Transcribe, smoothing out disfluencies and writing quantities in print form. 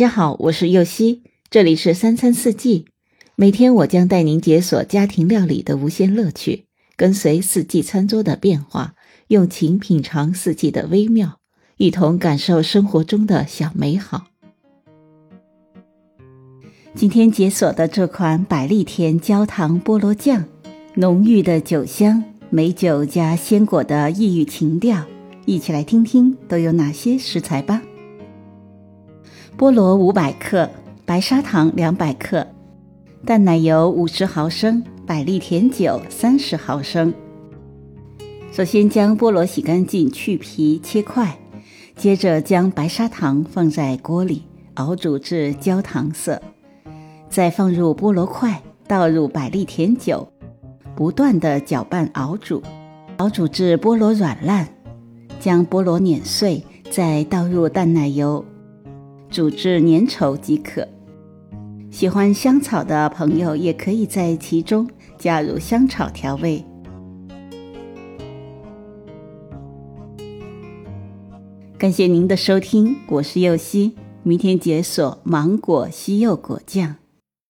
大家好，我是柚希，这里是三餐四季。每天我将带您解锁家庭料理的无限乐趣，跟随四季餐桌的变化，用情品尝四季的微妙，一同感受生活中的小美好。今天解锁的这款百利甜焦糖菠萝酱，浓郁的酒香，美酒加鲜果的异域情调，一起来听听都有哪些食材吧。菠萝500克，白砂糖200克，淡奶油50毫升，百利甜酒30毫升。首先将菠萝洗干净，去皮切块，接着将白砂糖放在锅里熬煮至焦糖色，再放入菠萝块，倒入百利甜酒，不断地搅拌熬煮，熬煮至菠萝软烂，将菠萝碾碎，再倒入淡奶油，煮至粘稠即可。喜欢香草的朋友也可以在其中加入香草调味。感谢您的收听，我是柚希，明天解锁芒果西柚果酱。